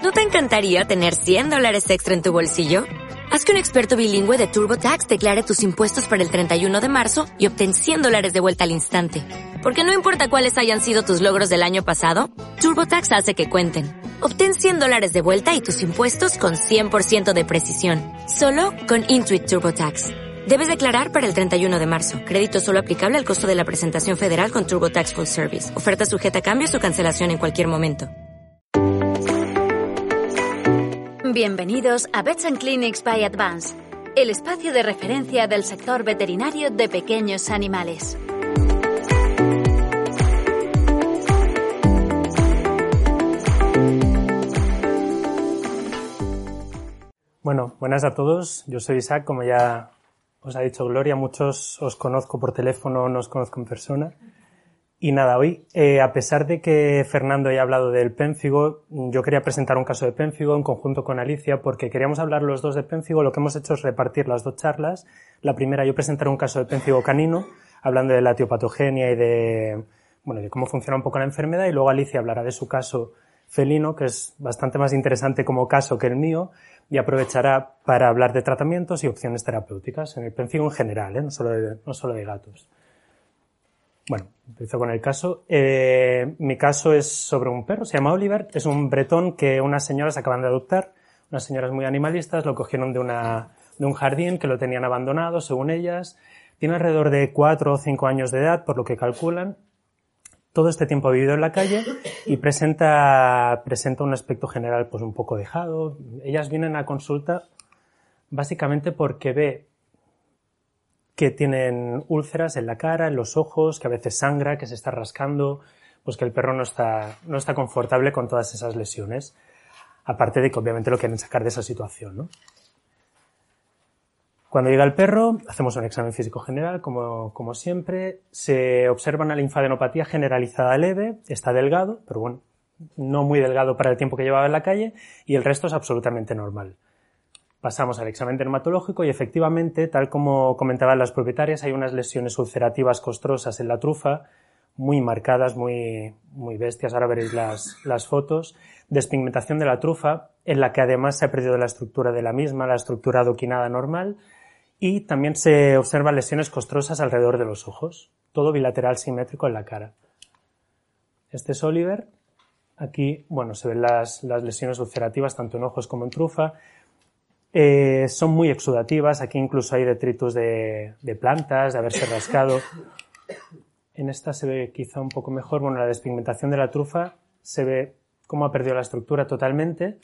¿No te encantaría tener $100 extra en tu bolsillo? Haz que un experto bilingüe de TurboTax declare tus impuestos para el 31 de marzo y obtén $100 de vuelta al instante. Porque no importa cuáles hayan sido tus logros del año pasado, TurboTax hace que cuenten. Obtén $100 de vuelta y tus impuestos con 100% de precisión. Solo con Intuit TurboTax. Debes declarar para el 31 de marzo. Crédito solo aplicable al costo de la presentación federal con TurboTax Full Service. Oferta sujeta a cambios o cancelación en cualquier momento. Bienvenidos a Vets and Clinics by Advance, el espacio de referencia del sector veterinario de pequeños animales. Bueno, buenas a todos. Yo soy Isaac, como ya os ha dicho Gloria. Muchos os conozco por teléfono, no os conozco en persona. Y nada, hoy, a pesar de que Fernando haya hablado del pénfigo, yo quería presentar un caso de pénfigo en conjunto con Alicia, porque queríamos hablar los dos de pénfigo. Lo que hemos hecho es repartir las dos charlas. La primera, yo presentaré un caso de pénfigo canino, hablando de la etiopatogenia y de cómo funciona un poco la enfermedad, y luego Alicia hablará de su caso felino, que es bastante más interesante como caso que el mío, y aprovechará para hablar de tratamientos y opciones terapéuticas en el pénfigo en general, no solo de gatos. Bueno, empiezo con el caso. Mi caso es sobre un perro, se llama Oliver. Es un bretón que unas señoras acaban de adoptar, unas señoras muy animalistas, lo cogieron de un jardín que lo tenían abandonado, según ellas. Tiene alrededor de 4 o 5 años de edad, por lo que calculan. Todo este tiempo ha vivido en la calle y presenta un aspecto general pues un poco dejado. Ellas vienen a consulta básicamente porque ve que tienen úlceras en la cara, en los ojos, que a veces sangra, que se está rascando, pues que el perro no está confortable con todas esas lesiones. Aparte de que obviamente lo quieren sacar de esa situación, ¿no? Cuando llega el perro, hacemos un examen físico general, como siempre. Se observa una linfadenopatía generalizada leve, está delgado, pero bueno, no muy delgado para el tiempo que llevaba en la calle, y el resto es absolutamente normal. Pasamos al examen dermatológico y efectivamente, tal como comentaban las propietarias, hay unas lesiones ulcerativas costrosas en la trufa, muy marcadas, muy bestias. Ahora veréis las fotos. Despigmentación de la trufa, en la que además se ha perdido la estructura de la misma, la estructura adoquinada normal, y también se observan lesiones costrosas alrededor de los ojos. Todo bilateral simétrico en la cara. Este es Oliver. Aquí, se ven las lesiones ulcerativas tanto en ojos como en trufa. Son muy exudativas, aquí incluso hay detritus de plantas, de haberse rascado. En esta se ve quizá un poco mejor, la despigmentación de la trufa se ve cómo ha perdido la estructura totalmente,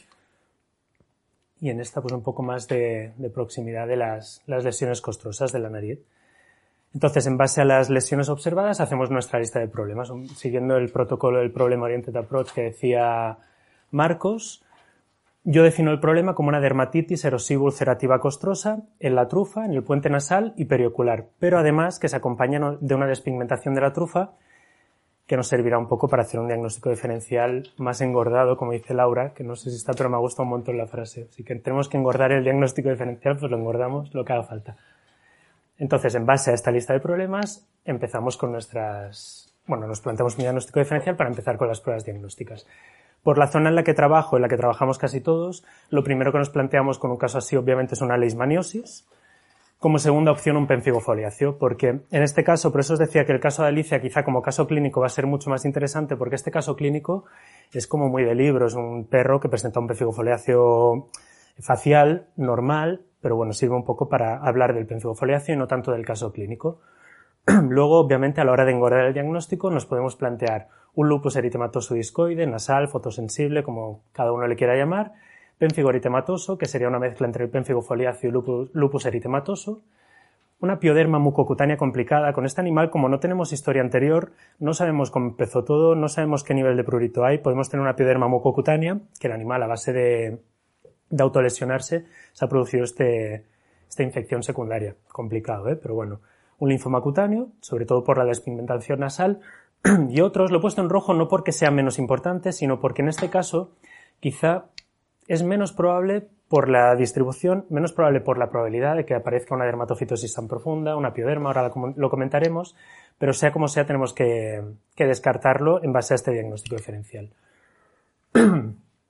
y en esta pues un poco más de proximidad de las lesiones costrosas de la nariz. Entonces, en base a las lesiones observadas, hacemos nuestra lista de problemas, siguiendo el protocolo del Problem Oriented Approach que decía Marcos. Yo defino el problema como una dermatitis erosiva ulcerativa costrosa en la trufa, en el puente nasal y periocular, pero además que se acompaña de una despigmentación de la trufa que nos servirá un poco para hacer un diagnóstico diferencial más engordado, como dice Laura, que no sé si está, pero me ha gustado un montón la frase. Así que tenemos que engordar el diagnóstico diferencial, pues lo engordamos lo que haga falta. Entonces, en base a esta lista de problemas, empezamos con nos planteamos un diagnóstico diferencial para empezar con las pruebas diagnósticas. Por la zona en la que trabajo, en la que trabajamos casi todos, lo primero que nos planteamos con un caso así, obviamente, es una leishmaniosis. Como segunda opción, un pénfigofoliáceo, porque en este caso, por eso os decía que el caso de Alicia quizá como caso clínico va a ser mucho más interesante, porque este caso clínico es como muy de libro, es un perro que presenta un pénfigofoliáceo facial, normal, pero sirve un poco para hablar del pénfigofoliáceo y no tanto del caso clínico. Luego, obviamente, a la hora de engordar el diagnóstico, nos podemos plantear un lupus eritematoso discoide, nasal, fotosensible, como cada uno le quiera llamar, pénfigo eritematoso, que sería una mezcla entre el pénfigo foliáceo y lupus eritematoso, una pioderma mucocutánea complicada. Con este animal, como no tenemos historia anterior, no sabemos cómo empezó todo, no sabemos qué nivel de prurito hay, podemos tener una pioderma mucocutánea, que el animal, a base de autolesionarse, se ha producido esta infección secundaria. Complicado, pero bueno. Un linfoma cutáneo, sobre todo por la despigmentación nasal, y otros, lo he puesto en rojo no porque sean menos importantes, sino porque en este caso quizá es menos probable por la distribución, menos probable por la probabilidad de que aparezca una dermatofitosis tan profunda, una pioderma, ahora lo comentaremos, pero sea como sea tenemos que descartarlo en base a este diagnóstico diferencial.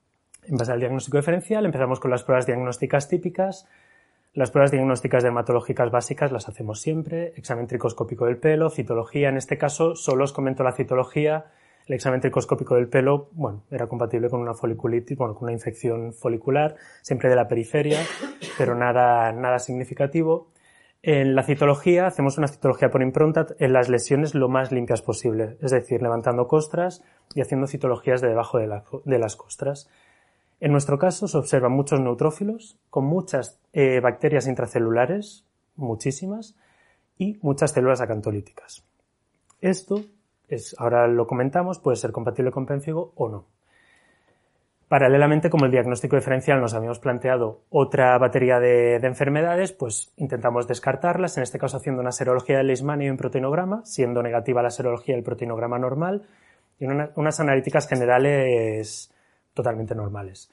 En base al diagnóstico diferencial empezamos con las pruebas diagnósticas típicas. Las pruebas diagnósticas dermatológicas básicas las hacemos siempre, examen tricoscópico del pelo, citología, en este caso solo os comento la citología. El examen tricoscópico del pelo, bueno, era compatible con una foliculitis, bueno, con una infección folicular, siempre de la periferia, pero nada significativo. En la citología hacemos una citología por impronta en las lesiones lo más limpias posible, es decir, levantando costras y haciendo citologías de debajo de las costras. En nuestro caso se observan muchos neutrófilos con muchas bacterias intracelulares, muchísimas, y muchas células acantolíticas. Esto ahora lo comentamos, puede ser compatible con pénfigo o no. Paralelamente, como el diagnóstico diferencial nos habíamos planteado otra batería de enfermedades, pues intentamos descartarlas, en este caso haciendo una serología de Leishmania y un proteinograma, siendo negativa la serología y el proteinograma normal, y unas analíticas generales totalmente normales.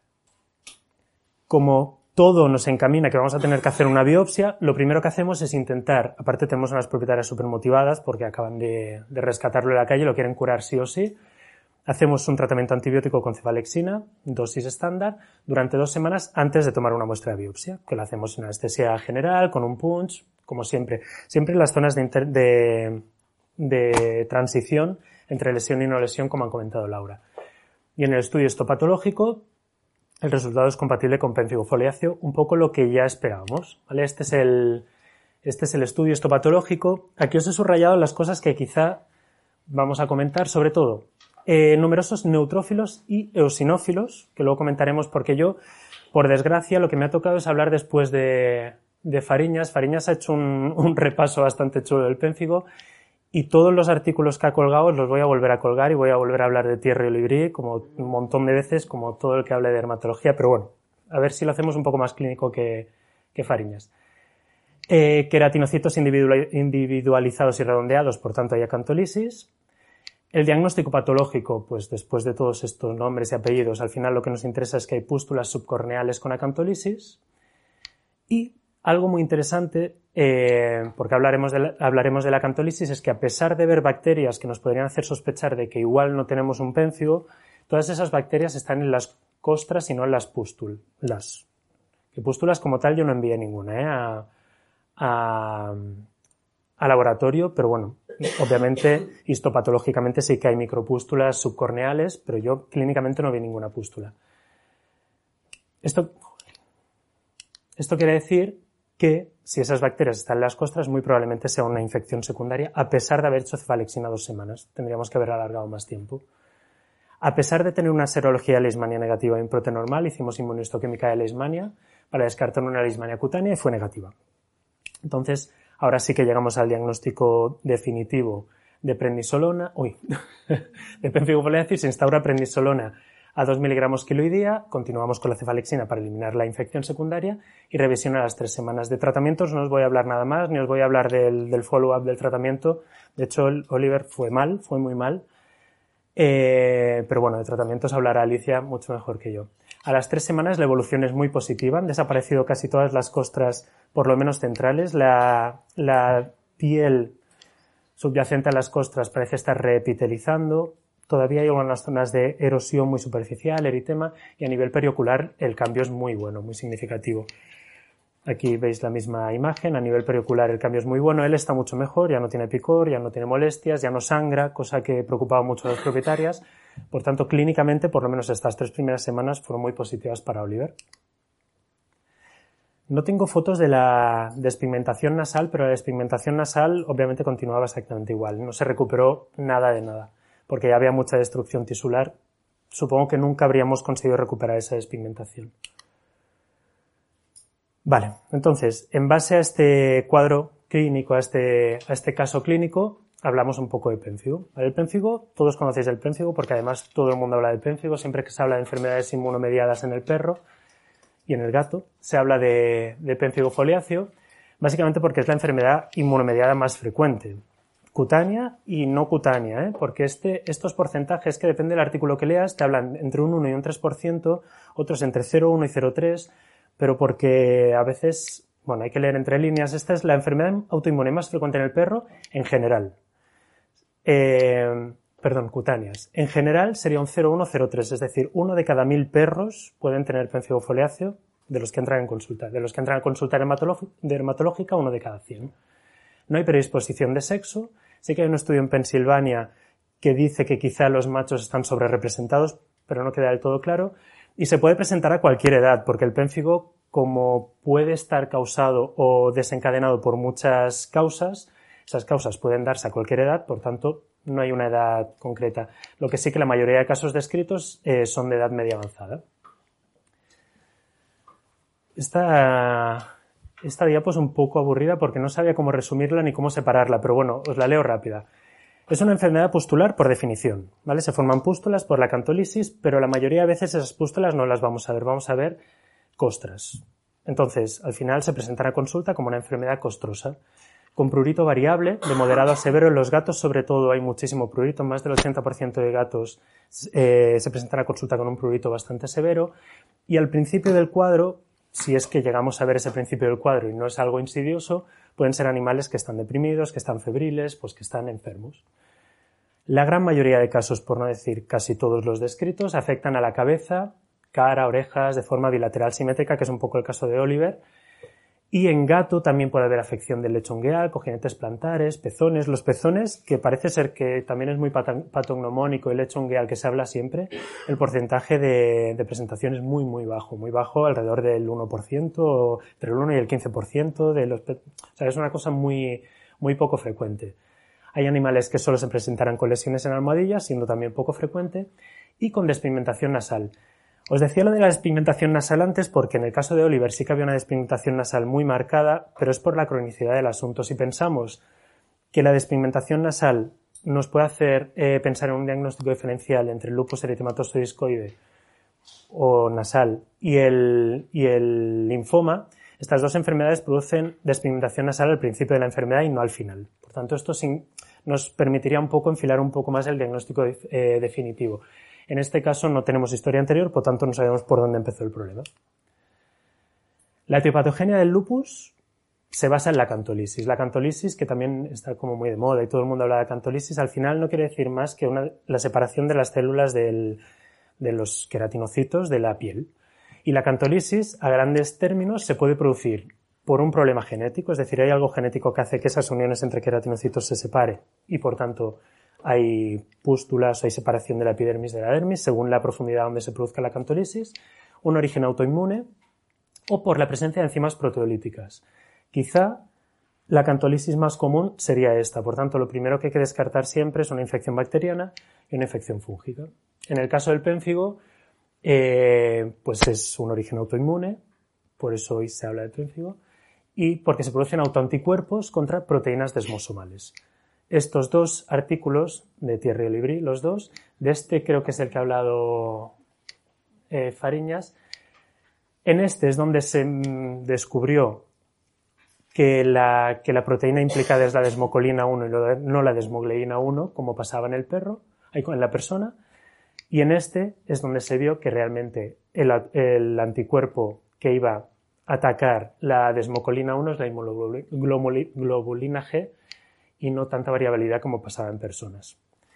Como todo nos encamina que vamos a tener que hacer una biopsia, lo primero que hacemos es intentar, aparte tenemos unas propietarias súper motivadas porque acaban de rescatarlo de la calle, lo quieren curar sí o sí, hacemos un tratamiento antibiótico con cefalexina, dosis estándar, durante 2 semanas antes de tomar una muestra de biopsia, que la hacemos en anestesia general, con un punch, como siempre. Siempre en las zonas de transición entre lesión y no lesión, como han comentado Laura. Y en el estudio histopatológico, el resultado es compatible con pénfigo foliáceo, un poco lo que ya esperábamos, ¿vale? Este es el estudio histopatológico. Aquí os he subrayado las cosas que quizá vamos a comentar, sobre todo numerosos neutrófilos y eosinófilos, que luego comentaremos porque yo, por desgracia, lo que me ha tocado es hablar después de Fariñas. Fariñas ha hecho un repaso bastante chulo del pénfigo y todos los artículos que ha colgado los voy a volver a colgar y voy a volver a hablar de Thierry Olivry como un montón de veces, como todo el que hable de dermatología, pero bueno, a ver si lo hacemos un poco más clínico que Fariñas. Queratinocitos individualizados y redondeados, por tanto hay acantolisis. El diagnóstico patológico, pues después de todos estos nombres y apellidos, al final lo que nos interesa es que hay pústulas subcorneales con acantolisis. Y algo muy interesante, porque hablaremos de la acantolisis, es que a pesar de ver bacterias que nos podrían hacer sospechar de que igual no tenemos un pénfigo, todas esas bacterias están en las costras y no en las pústulas. Que pústulas como tal yo no envié ninguna a laboratorio, pero bueno, obviamente histopatológicamente sí que hay micropústulas subcorneales, pero yo clínicamente no vi ninguna pústula. Esto quiere decir que si esas bacterias están en las costras, muy probablemente sea una infección secundaria, a pesar de haber hecho cefalexina 2 semanas. Tendríamos que haber alargado más tiempo. A pesar de tener una serología de Leishmania negativa y un brote normal, hicimos inmunohistoquímica de Leishmania para descartar una Leishmania cutánea y fue negativa. Entonces, ahora sí que llegamos al diagnóstico definitivo de prednisolona, de pénfigo foliáceo, y se instaura prednisolona a 2 miligramos kilo y día, continuamos con la cefalexina para eliminar la infección secundaria y revisión a las 3 semanas de tratamientos. No os voy a hablar nada más, ni os voy a hablar del follow-up del tratamiento. De hecho, Oliver fue muy mal. Pero bueno, de tratamientos hablará Alicia mucho mejor que yo. A las 3 semanas la evolución es muy positiva, han desaparecido casi todas las costras, por lo menos centrales. La piel subyacente a las costras parece estar reepitelizando. Todavía hay algunas zonas de erosión muy superficial, eritema, y a nivel periocular el cambio es muy bueno, muy significativo. Aquí veis la misma imagen, a nivel periocular el cambio es muy bueno, él está mucho mejor, ya no tiene picor, ya no tiene molestias, ya no sangra, cosa que preocupaba mucho a las propietarias. Por tanto, clínicamente, por lo menos estas 3 primeras semanas fueron muy positivas para Oliver. No tengo fotos de la despigmentación nasal, pero la despigmentación nasal obviamente continuaba exactamente igual, no se recuperó nada de nada, porque ya había mucha destrucción tisular. Supongo que nunca habríamos conseguido recuperar esa despigmentación. Vale, entonces, en base a este cuadro clínico, a este caso clínico, hablamos un poco de pénfigo. El pénfigo, todos conocéis el pénfigo porque además todo el mundo habla del pénfigo, siempre que se habla de enfermedades inmunomediadas en el perro y en el gato, se habla de pénfigo foliáceo, básicamente porque es la enfermedad inmunomediada más frecuente, cutánea y no cutánea, porque estos porcentajes, que depende del artículo que leas, te hablan entre un 1 y un 3%, otros entre 0,1 y 0,3%, pero porque a veces, bueno, hay que leer entre líneas. Esta es la enfermedad autoinmune más frecuente en el perro en general. cutáneas. En general sería un 0,103, es decir, 1 de cada 1000 perros pueden tener pénfigo foliáceo de los que entran en consulta. De los que entran a consulta dermatológica, 1 de cada 100. No hay predisposición de sexo. Sí que hay un estudio en Pensilvania que dice que quizá los machos están sobrerepresentados, pero no queda del todo claro. Y se puede presentar a cualquier edad, porque el pénfigo, como puede estar causado o desencadenado por muchas causas, esas causas pueden darse a cualquier edad, por tanto, no hay una edad concreta. Lo que sí que la mayoría de casos descritos son de edad media avanzada. Esta diapo es un poco aburrida porque no sabía cómo resumirla ni cómo separarla, pero bueno, os la leo rápida. Es una enfermedad pustular por definición, ¿vale? Se forman pústulas por la acantolisis, pero la mayoría de veces esas pústulas no las vamos a ver costras. Entonces, al final se presentará a consulta como una enfermedad costrosa, con prurito variable, de moderado a severo. En los gatos, sobre todo, hay muchísimo prurito. Más del 80% de gatos se presentará a consulta con un prurito bastante severo. Y al principio del cuadro, si es que llegamos a ver ese principio del cuadro y no es algo insidioso, pueden ser animales que están deprimidos, que están febriles, pues que están enfermos. La gran mayoría de casos, por no decir casi todos los descritos, afectan a la cabeza, cara, orejas, de forma bilateral simétrica, que es un poco el caso de Oliver. Y en gato también puede haber afección del lecho ungueal, cojinetes plantares, pezones. Los pezones, que parece ser que también es muy patognomónico el lecho ungueal que se habla siempre, el porcentaje de presentación es muy bajo, alrededor del 1%, entre el 1 y el 15% de los... O sea, es una cosa muy poco frecuente. Hay animales que solo se presentarán con lesiones en almohadillas, siendo también poco frecuente, y con despigmentación nasal. Os decía lo de la despigmentación nasal antes porque en el caso de Oliver sí que había una despigmentación nasal muy marcada, pero es por la cronicidad del asunto. Si pensamos que la despigmentación nasal nos puede hacer pensar en un diagnóstico diferencial entre el lupus eritematoso discoide o nasal y el linfoma, estas dos enfermedades producen despigmentación nasal al principio de la enfermedad y no al final. Por tanto, esto nos permitiría un poco enfilar un poco más el diagnóstico definitivo. En este caso no tenemos historia anterior, por tanto no sabemos por dónde empezó el problema. La etiopatogenia del lupus se basa en la acantolisis. La acantolisis, que también está como muy de moda y todo el mundo habla de acantolisis, al final no quiere decir más que la separación de las células de los queratinocitos de la piel. Y la acantolisis, a grandes términos, se puede producir por un problema genético, es decir, hay algo genético que hace que esas uniones entre queratinocitos se separe y, por tanto, hay pústulas o hay separación de la epidermis de la dermis según la profundidad donde se produzca la acantolisis, un origen autoinmune o por la presencia de enzimas proteolíticas. Quizá la acantolisis más común sería esta, por tanto lo primero que hay que descartar siempre es una infección bacteriana y una infección fúngica. En el caso del pénfigo, pues es un origen autoinmune, por eso hoy se habla de pénfigo, y porque se producen autoanticuerpos contra proteínas desmosomales. Estos dos artículos de Thierry Olivry, los dos, de este creo que es el que ha hablado Fariñas, en este es donde se descubrió que la proteína implicada es la desmocolina 1 y no la desmogleína 1, como pasaba en el perro, en la persona, y en este es donde se vio que realmente el anticuerpo que iba a atacar la desmocolina 1 es la inmunoglobulina G, y no tanta variabilidad como pasaba en personas.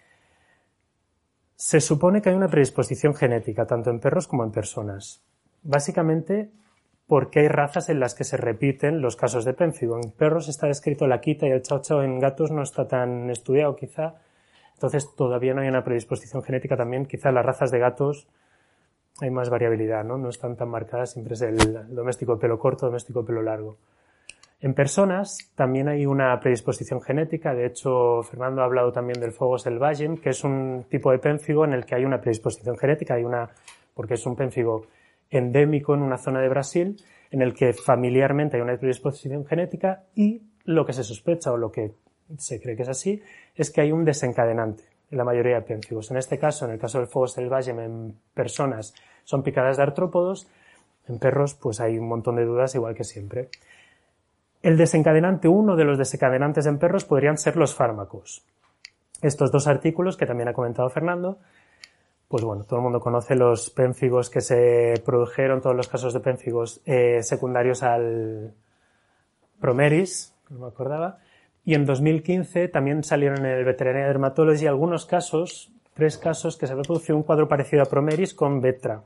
Se supone que hay una predisposición genética, tanto en perros como en personas. Básicamente porque hay razas en las que se repiten los casos de pénfigo. En perros está descrito la quita y el chao chao, en gatos no está tan estudiado quizá. Entonces todavía no hay una predisposición genética también. Quizá en las razas de gatos hay más variabilidad, ¿no? No están tan marcadas, siempre es el doméstico de pelo corto, doméstico de pelo largo. En personas también hay una predisposición genética, de hecho Fernando ha hablado también del Phobos elvagem, que es un tipo de pénfigo en el que hay una predisposición genética, porque es un pénfigo endémico en una zona de Brasil, en el que familiarmente hay una predisposición genética y lo que se sospecha o lo que se cree que es así, es que hay un desencadenante en la mayoría de pénfigos. En este caso, en el caso del Phobos elvagem en personas son picadas de artrópodos, en perros pues hay un montón de dudas igual que siempre. El desencadenante, uno de los desencadenantes en perros podrían ser los fármacos. Estos dos artículos que también ha comentado Fernando, pues bueno, todo el mundo conoce los pénfigos que se produjeron, todos los casos de pénfigos secundarios al Promeris, no me acordaba, Y en 2015 también salieron en el Veterinary Dermatology algunos casos, 3 casos, que se había producido un cuadro parecido a Promeris con Vectra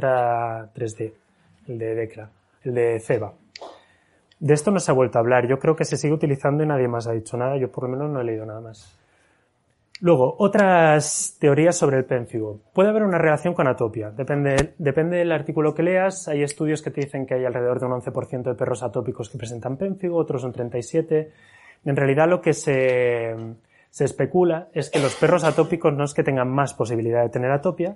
3D, el de Decra, el de Ceba. De esto no se ha vuelto a hablar. Yo creo que se sigue utilizando y nadie más ha dicho nada. Yo por lo menos no he leído nada más. Luego, otras teorías sobre el pénfigo. Puede haber una relación con atopia. Depende del artículo que leas. Hay estudios que te dicen que hay alrededor de un 11% de perros atópicos que presentan pénfigo, otros un 37%. En realidad lo que se especula es que los perros atópicos no es que tengan más posibilidad de tener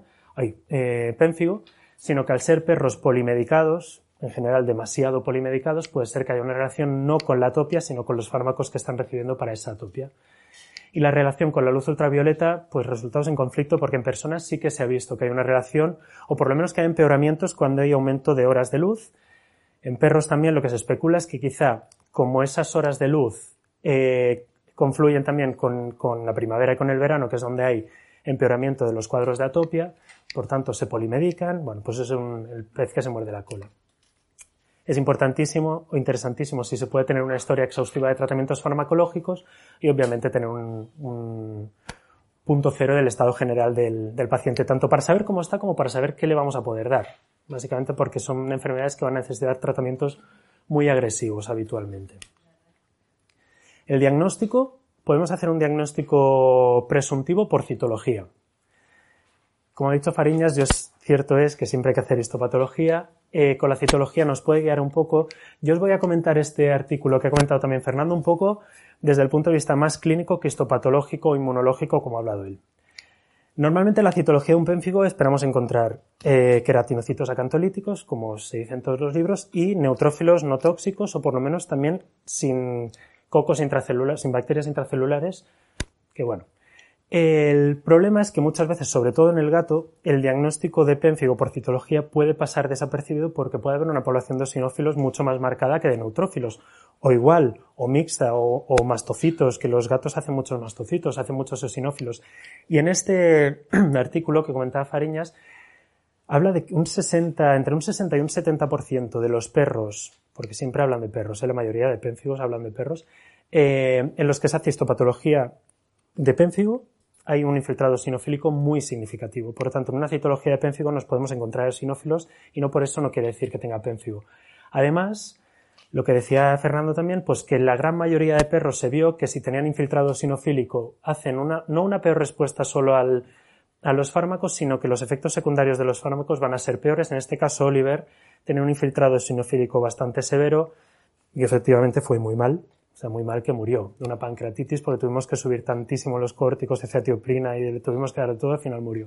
pénfigo, sino que al ser perros polimedicados, en general demasiado polimedicados, puede ser que haya una relación no con la atopia, sino con los fármacos que están recibiendo para esa atopia. Y la relación con la luz ultravioleta, pues resultados en conflicto, porque en personas sí que se ha visto que hay una relación, o por lo menos que hay empeoramientos cuando hay aumento de horas de luz. En perros también lo que se especula es que quizá, como esas horas de luz confluyen también con la primavera y con el verano, que es donde hay empeoramiento de los cuadros de atopia, por tanto se polimedican, bueno, pues es el pez que se muerde la cola. Es importantísimo o interesantísimo si se puede tener una historia exhaustiva de tratamientos farmacológicos y obviamente tener un punto cero del estado general del paciente, tanto para saber cómo está como para saber qué le vamos a poder dar. Básicamente porque son enfermedades que van a necesitar tratamientos muy agresivos habitualmente. El diagnóstico, podemos hacer un diagnóstico presuntivo por citología. Como ha dicho Fariñas, cierto es que siempre hay que hacer histopatología. Con la citología nos puede guiar un poco. Yo os voy a comentar este artículo que ha comentado también Fernando un poco desde el punto de vista más clínico que histopatológico o inmunológico, como ha hablado él. Normalmente en la citología de un pénfigo esperamos encontrar queratinocitos acantolíticos, como se dice en todos los libros, y neutrófilos no tóxicos, o por lo menos también sin cocos intracelulares, sin bacterias intracelulares, que bueno. El problema es que muchas veces, sobre todo en el gato, el diagnóstico de pénfigo por citología puede pasar desapercibido porque puede haber una población de eosinófilos mucho más marcada que de neutrófilos, o igual, o mixta, o mastocitos, que los gatos hacen muchos mastocitos, hacen muchos eosinófilos. Y en este artículo que comentaba Fariñas, habla de que entre un 60 y un 70% de los perros, porque siempre hablan de perros, la mayoría de pénfigos hablan de perros, en los que se hace histopatología de pénfigo, hay un infiltrado eosinofílico muy significativo. Por lo tanto, en una citología de pénfigo nos podemos encontrar eosinófilos y no por eso no quiere decir que tenga pénfigo. Además, lo que decía Fernando también, pues que la gran mayoría de perros se vio que si tenían infiltrado eosinofílico hacen no una peor respuesta solo a los fármacos, sino que los efectos secundarios de los fármacos van a ser peores. En este caso, Oliver tenía un infiltrado eosinofílico bastante severo y efectivamente fue muy mal. O sea, muy mal que murió de una pancreatitis porque tuvimos que subir tantísimo los córticos de cetioprina y le tuvimos que dar de todo, al final murió.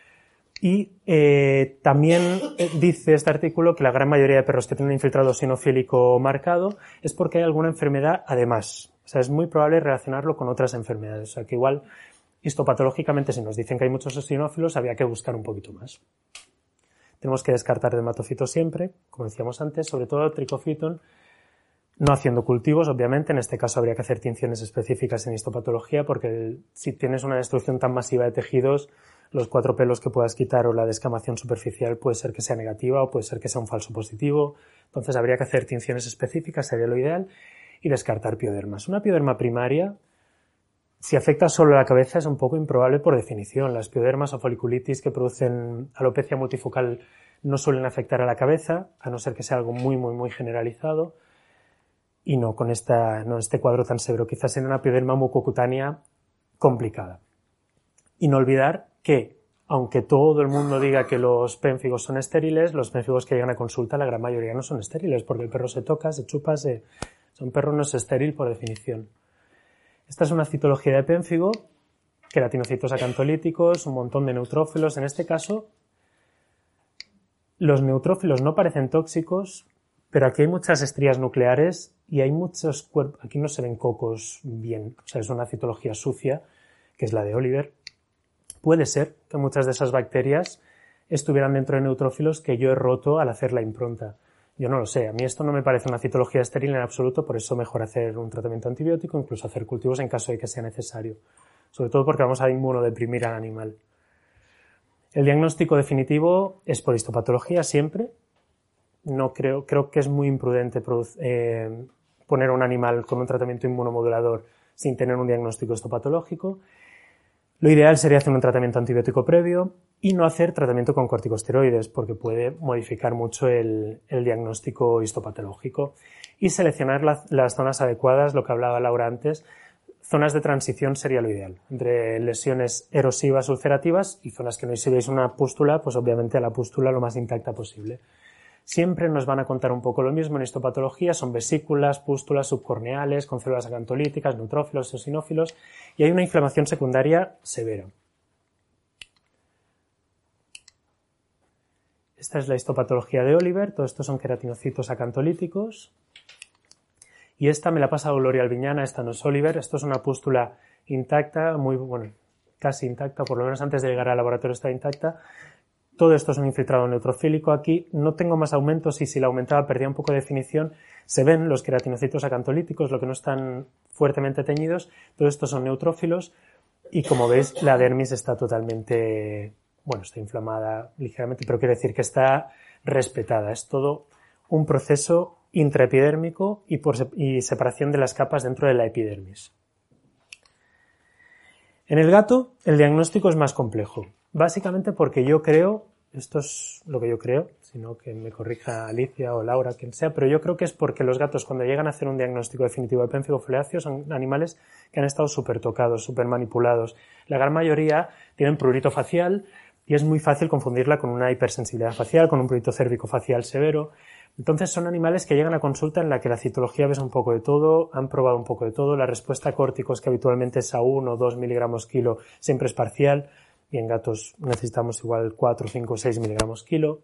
Y también dice este artículo que la gran mayoría de perros que tienen infiltrado eosinofílico marcado es porque hay alguna enfermedad además. O sea, es muy probable relacionarlo con otras enfermedades. O sea, que igual histopatológicamente si nos dicen que hay muchos eosinófilos había que buscar un poquito más. Tenemos que descartar dermatocitos siempre, como decíamos antes, sobre todo tricofiton, no haciendo cultivos, obviamente. En este caso habría que hacer tinciones específicas en histopatología porque si tienes una destrucción tan masiva de tejidos, los 4 pelos que puedas quitar o la descamación superficial puede ser que sea negativa o puede ser que sea un falso positivo. Entonces habría que hacer tinciones específicas, sería lo ideal, y descartar piodermas. Una pioderma primaria, si afecta solo a la cabeza, es un poco improbable por definición. Las piodermas o foliculitis que producen alopecia multifocal no suelen afectar a la cabeza, a no ser que sea algo muy, muy, muy generalizado. Y no con este cuadro tan severo, quizás en una pioderma mucocutánea complicada. Y no olvidar que, aunque todo el mundo diga que los pénfigos son estériles, los pénfigos que llegan a consulta, la gran mayoría no son estériles, porque el perro se toca, se chupa, un perro no es estéril por definición. Esta es una citología de pénfigo, queratinocitos acantolíticos, un montón de neutrófilos. En este caso, los neutrófilos no parecen tóxicos, pero aquí hay muchas estrías nucleares y hay muchos cuerpos. Aquí no se ven cocos bien. O sea, es una citología sucia, que es la de Oliver. Puede ser que muchas de esas bacterias estuvieran dentro de neutrófilos que yo he roto al hacer la impronta. Yo no lo sé. A mí esto no me parece una citología estéril en absoluto, por eso mejor hacer un tratamiento antibiótico, incluso hacer cultivos en caso de que sea necesario. Sobre todo porque vamos a inmunodeprimir al animal. El diagnóstico definitivo es por histopatología siempre. No creo que es muy imprudente poner a un animal con un tratamiento inmunomodulador sin tener un diagnóstico histopatológico. Lo ideal sería hacer un tratamiento antibiótico previo y no hacer tratamiento con corticosteroides porque puede modificar mucho el diagnóstico histopatológico. Y seleccionar las zonas adecuadas, lo que hablaba Laura antes, zonas de transición sería lo ideal, entre lesiones erosivas ulcerativas y zonas que no, y si veis una pústula, pues obviamente la pústula lo más intacta posible. Siempre nos van a contar un poco lo mismo en histopatología, son vesículas, pústulas subcorneales, con células acantolíticas, neutrófilos, eosinófilos, y hay una inflamación secundaria severa. Esta es la histopatología de Oliver, todo esto son queratinocitos acantolíticos. Y esta me la ha pasado Gloria Albiñana, esta no es Oliver, esto es una pústula intacta, casi intacta, por lo menos antes de llegar al laboratorio está intacta. Todo esto es un infiltrado neutrofílico. Aquí no tengo más aumentos y si la aumentaba perdía un poco de definición. Se ven los queratinocitos acantolíticos, lo que no están fuertemente teñidos. Todo esto son neutrófilos y como veis la dermis está totalmente, está inflamada ligeramente, pero quiere decir que está respetada. Es todo un proceso intraepidérmico y separación de las capas dentro de la epidermis. En el gato, el diagnóstico es más complejo. Básicamente porque yo creo, esto es lo que yo creo, sino que me corrija Alicia o Laura, quien sea, pero yo creo que es porque los gatos cuando llegan a hacer un diagnóstico definitivo de pénfigo foliáceo son animales que han estado súper tocados, súper manipulados. La gran mayoría tienen prurito facial y es muy fácil confundirla con una hipersensibilidad facial, con un prurito cérvico facial severo. Entonces son animales que llegan a consulta en la que la citología ves un poco de todo, han probado un poco de todo, la respuesta a córticos que habitualmente es a 1 o 2 miligramos kilo siempre es parcial y en gatos necesitamos igual 4, 5, 6 miligramos kilo.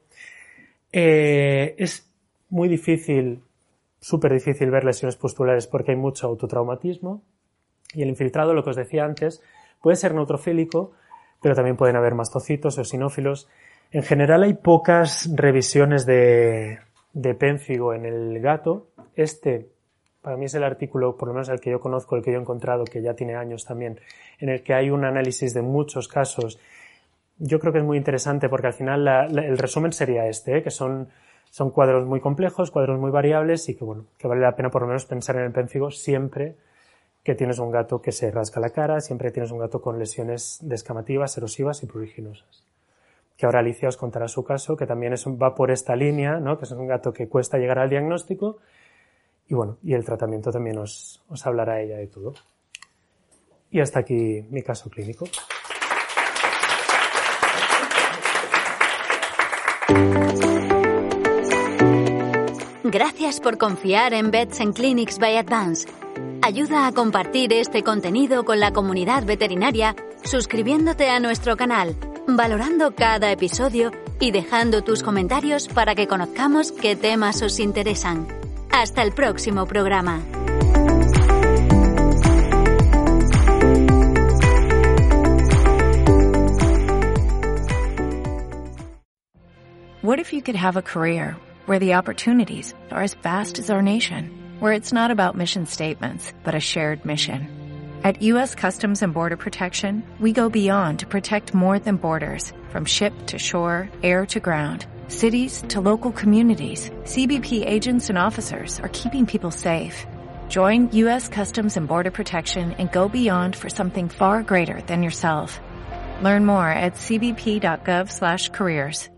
Es muy difícil, súper difícil ver lesiones pustulares porque hay mucho autotraumatismo y el infiltrado, lo que os decía antes, puede ser neutrofílico, pero también pueden haber mastocitos o eosinófilos. En general hay pocas revisiones de pénfigo en el gato. Para mí es el artículo, por lo menos el que yo conozco, el que yo he encontrado, que ya tiene años también, en el que hay un análisis de muchos casos. Yo creo que es muy interesante porque al final el resumen sería que son cuadros muy complejos, cuadros muy variables y que vale la pena por lo menos pensar en el pénfigo siempre que tienes un gato que se rasca la cara, siempre que tienes un gato con lesiones descamativas, erosivas y pruriginosas. Que ahora Alicia os contará su caso, que también va por esta línea, ¿no? Que es un gato que cuesta llegar al diagnóstico y el tratamiento también os hablará ella de todo. Y hasta aquí mi caso clínico. Gracias por confiar en Vets and Clinics by Advance. Ayuda a compartir este contenido con la comunidad veterinaria suscribiéndote a nuestro canal, valorando cada episodio y dejando tus comentarios para que conozcamos qué temas os interesan. Hasta el próximo programa. What if you could have a career where the opportunities are as vast as our nation, where it's not about mission statements, but a shared mission? At U.S. Customs and Border Protection, we go beyond to protect more than borders. From ship to shore, air to ground, cities to local communities, CBP agents and officers are keeping people safe. Join U.S. Customs and Border Protection and go beyond for something far greater than yourself. Learn more at cbp.gov/careers.